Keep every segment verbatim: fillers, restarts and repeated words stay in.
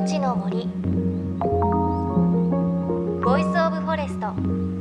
命の森ボイスオブフォレスト。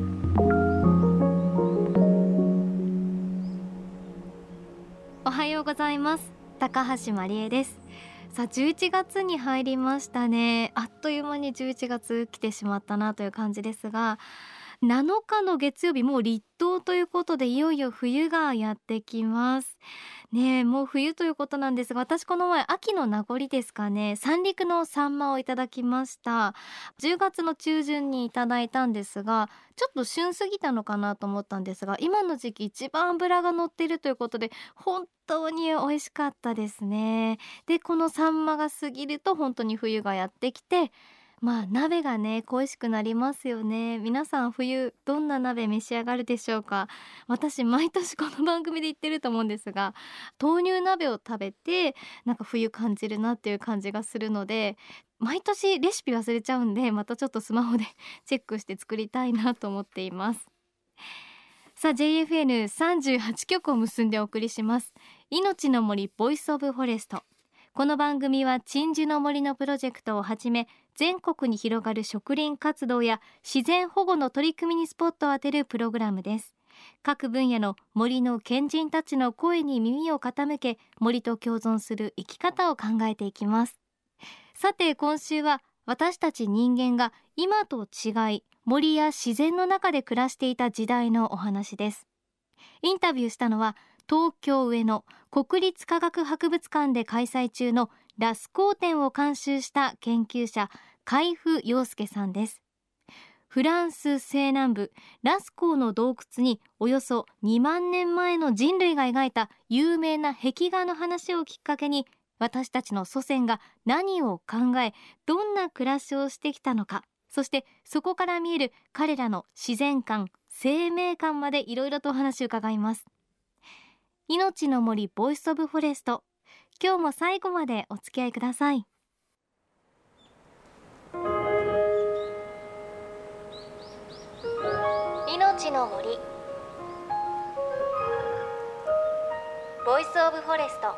おはようございます。高橋真理恵です。さあじゅういちがつに入りましたね。あっという間にじゅういちがつ来てしまったなという感じですが、なのかの月曜日、もう立冬ということでいよいよ冬がやってきますね。えもう冬ということなんですが、私この前秋の名残ですかね、三陸のサンマをいただきました。じゅうがつの中旬にいただいたんですが、ちょっと旬すぎたのかなと思ったんですが、今の時期一番脂が乗っているということで本当に美味しかったですね。でこのサンマが過ぎると本当に冬がやってきて、まあ鍋がね恋しくなりますよね。皆さん冬どんな鍋召し上がるでしょうか。私毎年この番組で言ってると思うんですが、豆乳鍋を食べてなんか冬感じるなっていう感じがするので、毎年レシピ忘れちゃうんで、またちょっとスマホでチェックして作りたいなと思っています。さあ ジェイエフエヌさんじゅうはち 局を結んでお送りします命の森ボイスオブフォレスト。この番組は鎮守の森のプロジェクトをはじめ、全国に広がる植林活動や自然保護の取り組みにスポットを当てるプログラムです。各分野の森の賢人たちの声に耳を傾け、森と共存する生き方を考えていきます。さて今週は私たち人間が今と違い森や自然の中で暮らしていた時代のお話です。インタビューしたのは東京上野国立科学博物館で開催中のラスコー展を監修した研究者海部陽介さんです。フランス西南部ラスコーの洞窟におよそにまんねんまえの人類が描いた有名な壁画の話をきっかけに、私たちの祖先が何を考えどんな暮らしをしてきたのか、そしてそこから見える彼らの自然観生命観までいろいろとお話を伺います。命の森ボイスオブフォレスト、今日も最後までお付き合いください。命の森ボイスオブフォレスト。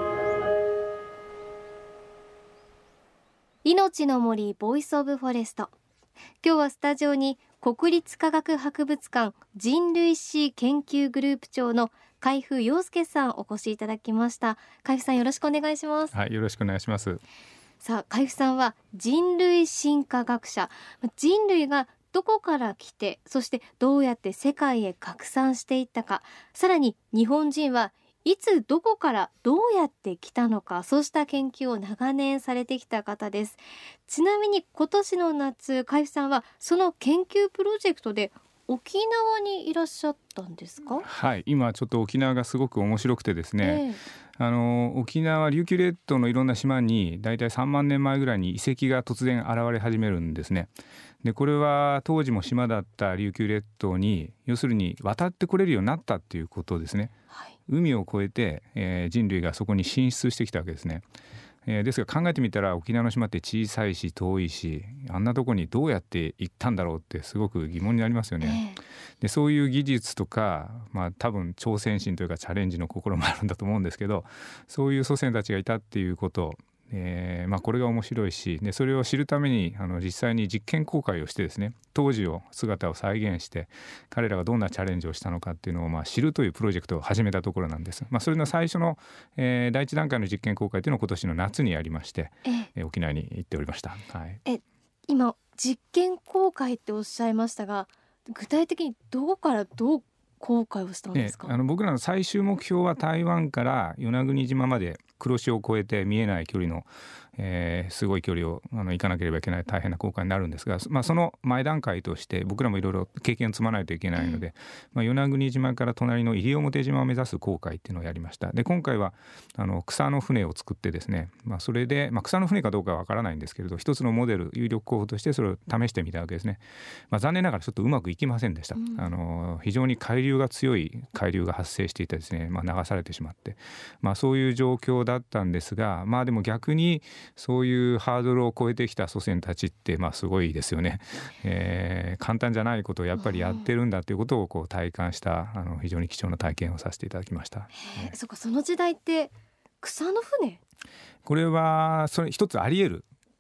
命の森ボイスオブフォレスト。今日はスタジオに国立科学博物館人類史研究グループ長の海部陽介さんお越しいただきました。海部さんよろしくお願いします。 はい、よろしくお願いします。 さあ海部さんは人類進化学者、人類がどこから来て、そしてどうやって世界へ拡散していったか、さらに日本人はいつどこからどうやって来たのか、そうした研究を長年されてきた方です。ちなみに今年の夏、海部さんはその研究プロジェクトで沖縄にいらっしゃったんですか？ はい、今ちょっと沖縄がすごく面白くてですね、えー、あの沖縄琉球列島のいろんな島にだいたいさんまんねんまえぐらいに遺跡が突然現れ始めるんですね。でこれは当時も島だった琉球列島に要するに渡ってこれるようになったっていうことですね、はい、海を越えて、えー、人類がそこに進出してきたわけですね。えー、ですが考えてみたら沖縄の島って小さいし遠いし、あんなとこにどうやって行ったんだろうってすごく疑問になりますよね。えー、でそういう技術とか、まあ、多分挑戦心というかチャレンジの心もあるんだと思うんですけど、そういう祖先たちがいたっていうこと、えーまあ、これが面白いし、でそれを知るためにあの実際に実験公開をしてですね、当時を姿を再現して彼らがどんなチャレンジをしたのかっていうのをまあ知るというプロジェクトを始めたところなんです。まあ、それの最初の、えー、第一段階の実験公開というのを今年の夏にやりまして、えー、沖縄に行っておりました。はい、 え今実験公開っておっしゃいましたが、具体的にどこからどう公開をしたんですか？ ね、あの僕らの最終目標は台湾から与那国島まで黒潮を越えて見えない距離の、えー、すごい距離をあの行かなければいけない大変な航海になるんですが、まあ、その前段階として僕らもいろいろ経験を積まないといけないので、まあ、与那国島から隣の西表島を目指す航海っていうのをやりました。で今回はあの草の船を作ってですね、まあ、それで、まあ、草の船かどうかはわからないんですけれど、一つのモデル有力候補としてそれを試してみたわけですね。まあ、残念ながらちょっとうまくいきませんでした。うん、あの非常に海流が強い海流が発生していてですね、まあ、流されてしまって、まあ、そういう状況だったんですが、まあでも逆にそういうハードルを超えてきた祖先たちってまあすごいですよね。えー、簡単じゃないことをやっぱりやってるんだということをこう体感したあの非常に貴重な体験をさせていただきました。 えー、そっか、その時代って草の船、 これはそれ一つあり得る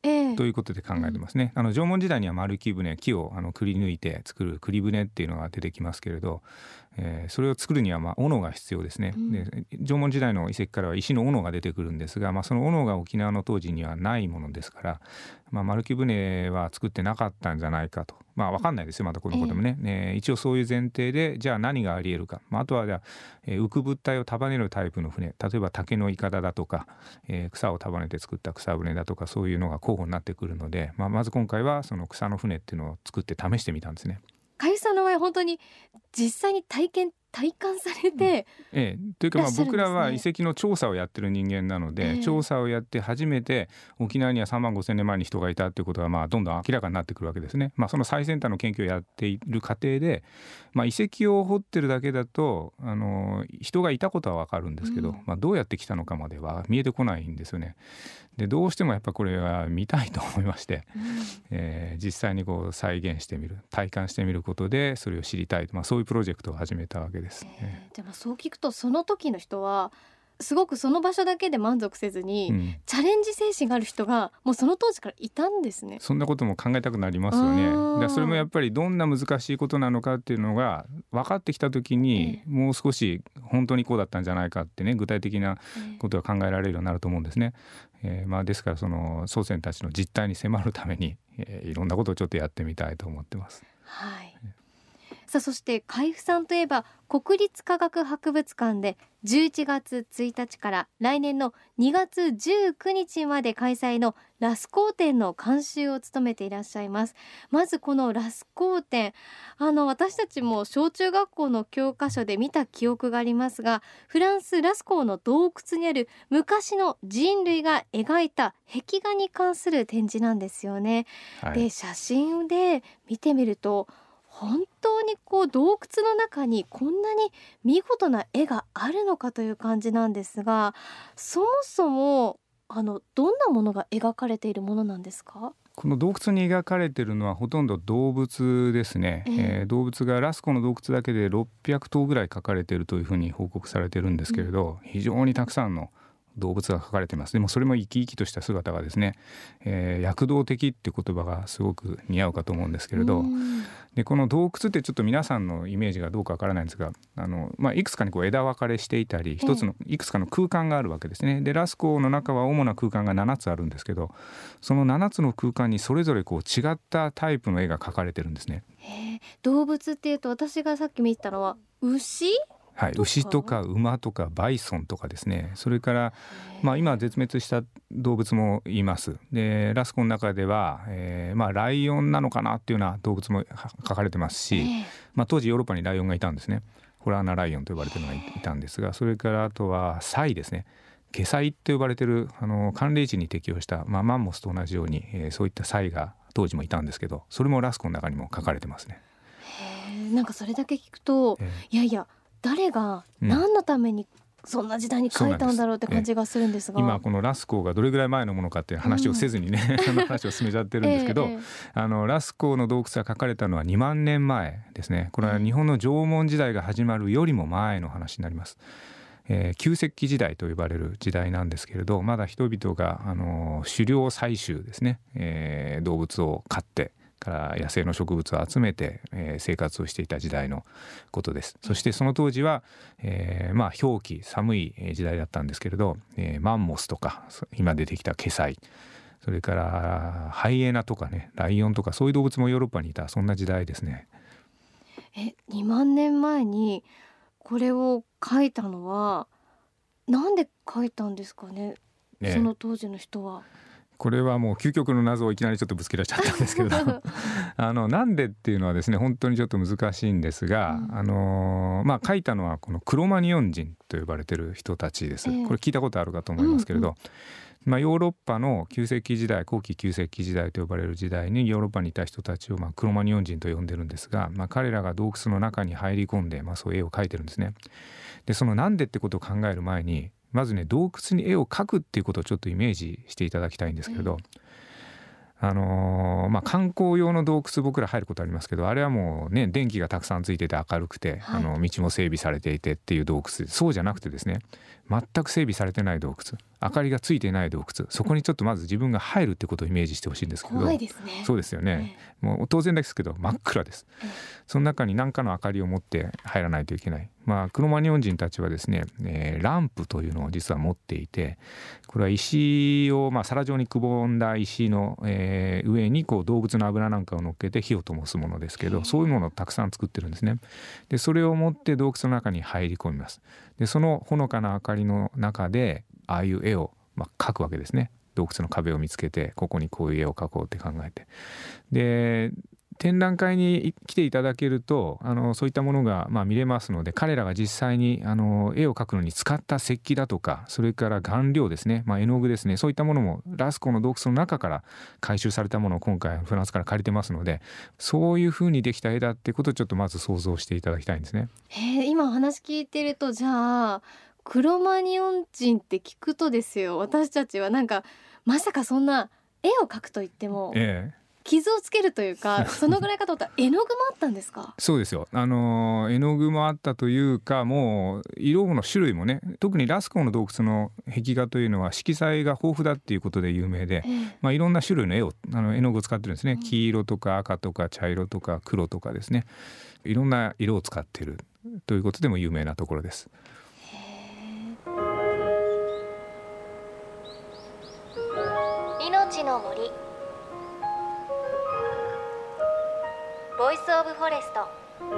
ええ、 ということで考えてますね。あの縄文時代には丸木舟、木をあのくり抜いて作るくり舟っていうのが出てきますけれど、えーそれを作るにはまあ斧が必要ですね。 うん、 で縄文時代の遺跡からは石の斧が出てくるんですが、まあ、その斧が沖縄の当時にはないものですから、まあ、丸木舟は作ってなかったんじゃないかと、まあ、分かんないですよ、またこのこともね、えー一応そういう前提でじゃあ何がありえるか、まあ、あとはじゃあ、えー浮く物体を束ねるタイプの船、例えば竹のいかだだとか、えー草を束ねて作った草舟だとか、そういうのが候補になってくるので、まあ、まず今回はその草の船っていうのを作って試してみたんですね。 海部さんの場合本当に実際に体験体感されて、 ええ、というかまあいらっしゃるんですね僕らは遺跡の調査をやってる人間なので、 ええ調査をやって初めて沖縄にはさんまんごせんねんまえに人がいたっていうことがまあどんどん明らかになってくるわけですね。まあ、その最先端の研究をやっている過程で、まあ、遺跡を掘ってるだけだとあの人がいたことはわかるんですけど、 うんまあ、どうやって来たのかまでは見えてこないんですよね。でどうしてもやっぱこれは見たいと思いまして、 うんえー実際にこう再現してみる、体感してみることでそれを知りたい、まあ、そういうプロジェクトを始めたわけです。 えーでもそう聞くとその時の人はすごくその場所だけで満足せずに、 うん、 チャレンジ精神がある人がもうその当時からいたんですね。 そんなことも考えたくなりますよね。 あーだからそれもやっぱりどんな難しいことなのかっていうのが分かってきた時に、 えもう少し本当にこうだったんじゃないかってね、具体的なえーことが考えられるようになると思うんですね。えーまあ、ですからその祖先たちの実態に迫るために、えーいろんなことをちょっとやってみたいと思ってます。 はいさあそして海部さんといえば国立科学博物館でじゅういちがつついたちから来年のにがつじゅうくにちまで開催のラスコー展の監修を務めていらっしゃいます。まずこのラスコー展、あの私たちも小中学校の教科書で見た記憶がありますが、フランスラスコーの洞窟にある昔の人類が描いた壁画に関する展示なんですよね。 はい、 で写真で見てみると本当にこう洞窟の中にこんなに見事な絵があるのかという感じなんですが、そもそもあのどんなものが描かれているものなんですか？ この洞窟に描かれているのはほとんど動物ですね。 えええー動物がラスコの洞窟だけでろっぴゃくとうぐらい描かれているというふうに報告されているんですけれど、非常にたくさんの動物が描かれています。でもそれも生き生きとした姿がですね、えー躍動的って言葉がすごく似合うかと思うんですけれど、 うんでこの洞窟ってちょっと皆さんのイメージがどうかわからないんですが、あの、まあ、いくつかにこう枝分かれしていたり、一つのいくつかの空間があるわけですね。でラスコの中は主な空間がななつあるんですけど、そのななつの空間にそれぞれこう違ったタイプの絵が描かれてるんですね。 へえ動物っていうと私がさっき見てたのは牛はい、 とか牛とか馬とかバイソンとかですね。それから、まあ、今絶滅した動物もいます。でラスコの中では、えーまあ、ライオンなのかなっていうような動物もは描かれてますし、 ええまあ、当時ヨーロッパにライオンがいたんですね。ホラーナライオンと呼ばれてるのがいいたんですが、それからあとはサイですね。ケサイって呼ばれてるあの寒冷地に適応した、まあ、マンモスと同じように、えーそういったサイが当時もいたんですけど、それもラスコの中にも書かれてますね。 へえなんかそれだけ聞くと、 えいやいや誰がうん何のためにそんな時代に描いたんだろうって感じがするんですが、 今このラスコがどれぐらい前のものかっていう話をせずにね、あの話を進めちゃってるんですけど、 ええええあのラスコの洞窟が書かれたのはにまんねんまえですね。これは日本の縄文時代が始まるよりも前の話になります。えー旧石器時代と呼ばれる時代なんですけれど、まだ人々があの狩猟採集ですね、えー動物を飼ってから野生の植物を集めて、えー生活をしていた時代のことです。そしてその当時は、えーまあ氷期寒い時代だったんですけれど、えーマンモスとか今出てきたケサイ、それからハイエナとかね、ライオンとかそういう動物もヨーロッパにいた、そんな時代ですね。 えにまんねんまえにこれを描いたのはなんで描いたんですかね、 ねその当時の人は。 これはもう究極の謎をいきなりちょっとぶつけられちゃったんですけれどあのなんでっていうのはですね、本当にちょっと難しいんですが、 うんあのまあ書いたのはこのクロマニオン人と呼ばれてる人たちです。 ええこれ聞いたことあるかと思いますけれど、 うんまあ、ヨーロッパの旧石器時代、後期旧石器時代と呼ばれる時代にヨーロッパにいた人たちをまあクロマニオン人と呼んでるんですが、まあ、彼らが洞窟の中に入り込んで、まあ、そういう絵を描いてるんですね。でそのなんでってことを考える前に、まずね洞窟に絵を描くっていうことをちょっとイメージしていただきたいんですけれど、 あのーまあ、観光用の洞窟僕ら入ることありますけど、あれはもうね電気がたくさんついてて明るくて、はい、あの道も整備されていてっていう洞窟で、そうじゃなくてですね、全く整備されてない洞窟、明かりがついてない洞窟、そこにちょっとまず自分が入るってことをイメージしてほしいんですけど。 怖いですね。 そうですよね、えー、もう当然ですけど真っ暗です、えー、その中に何かの明かりを持って入らないといけない。まあ、クロマニヨン人たちはですね、えー、ランプというのを実は持っていて、これは石を、まあ、皿状にくぼんだ石の、えー、上にこう動物の油なんかを乗っけて火を灯すものですけど、そういうものをたくさん作ってるんですね。でそれを持って洞窟の中に入り込みます。でそのほのかな明かりの中でああいう絵を、まあ、描くわけですね。洞窟の壁を見つけて、ここにこういう絵を描こうって考えて、で展覧会に来ていただけるとあのそういったものがまあ見れますので、彼らが実際にあの絵を描くのに使った石器だとか、それから顔料ですね、まあ、絵の具ですね、そういったものもラスコーの洞窟の中から回収されたものを今回フランスから借りてますので、そういう風にできた絵だってことをちょっとまず想像していただきたいんですね。 へー、今お話聞いてると、じゃあクロマニヨン人って聞くとですよ、私たちはなんかまさかそんな絵を描くといっても、ええ傷をつけるというか、そのぐらいかと思ったら絵の具もあったんですか？ そうですよ、あの絵の具もあったというか、もう色の種類もね、特にラスコーの洞窟の壁画というのは色彩が豊富だっていうことで有名で、ええまあ、いろんな種類の絵をあの絵の具を使ってるんですね、うん、黄色とか赤とか茶色とか黒とかですね、いろんな色を使っているということでも有名なところです。 命の森ボイスオブフォレスト。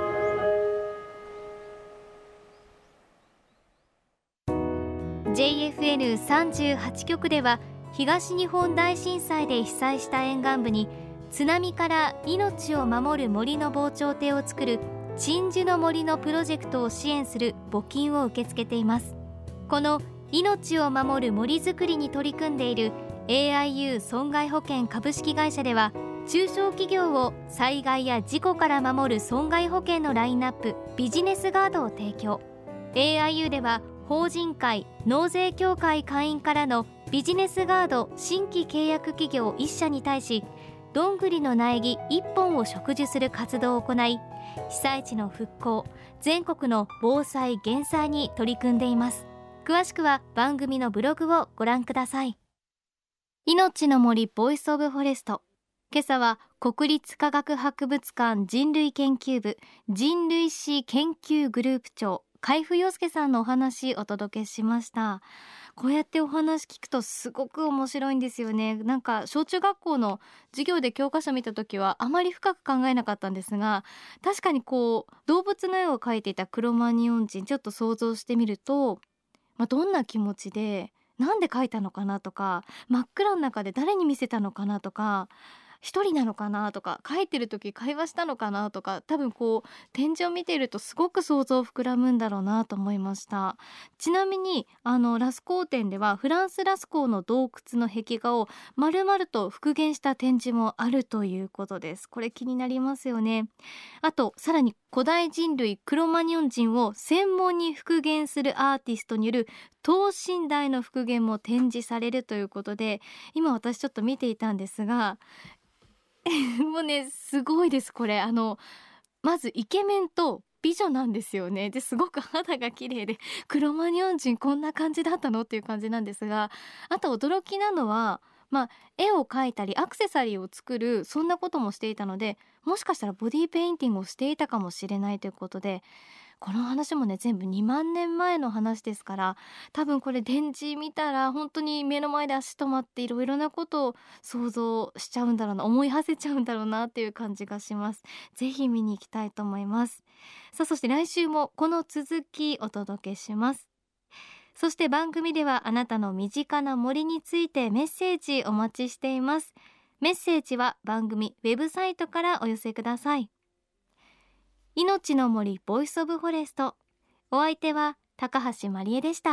ジェイエフエヌさんじゅうはち 局では東日本大震災で被災した沿岸部に津波から命を守る森の防潮堤を作る鎮守の森のプロジェクトを支援する募金を受け付けています。この命を守る森づくりに取り組んでいる エーアイユー 損害保険株式会社では、中小企業を災害や事故から守る損害保険のラインナップビジネスガードを提供。 エーアイユー では法人会納税協会会員からのビジネスガード新規契約企業いっ社に対し、どんぐりの苗木いっぽんを植樹する活動を行い、被災地の復興、全国の防災減災に取り組んでいます。詳しくは番組のブログをご覧ください。命の森ボイスオブフォレスト、今朝は国立科学博物館人類研究部人類史研究グループ長海部陽介さんのお話お届けしました。こうやってお話聞くとすごく面白いんですよね。なんか小中学校の授業で教科書見た時はあまり深く考えなかったんですが、確かにこう動物の絵を描いていたクロマニヨン人、ちょっと想像してみると、まあ、どんな気持ちでなんで描いたのかなとか、真っ暗の中で誰に見せたのかなとか、一人なのかなとか、書いてる時会話したのかなとか、多分こう展示を見ているとすごく想像膨らむんだろうなと思いました。ちなみにあのラスコー展ではフランスラスコーの洞窟の壁画を丸々と復元した展示もあるということです。これ気になりますよね。あとさらに古代人類クロマニヨン人を専門に復元するアーティストによる等身大の復元も展示されるということで、今私ちょっと見ていたんですがもうねすごいです。これあのまずイケメンと美女なんですよね。ですごく肌が綺麗で、クロマニヨン人こんな感じだったのっていう感じなんですが、あと驚きなのは、まあ、絵を描いたりアクセサリーを作る、そんなこともしていたので、もしかしたらボディーペインティングをしていたかもしれないということで、この話もね全部にまんねんまえの話ですから、多分これ展示見たら本当に目の前で足止まっていろいろなことを想像しちゃうんだろうな、思い馳せちゃうんだろうなっていう感じがします。ぜひ見に行きたいと思います。さあそして来週もこの続きお届けします。そして番組ではあなたの身近な森についてメッセージお待ちしています。メッセージは番組ウェブサイトからお寄せください。命の森ボイスオブフォレスト、お相手は高橋まりえでした。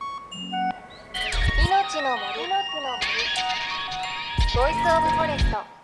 命の森ボイスオブフォレスト。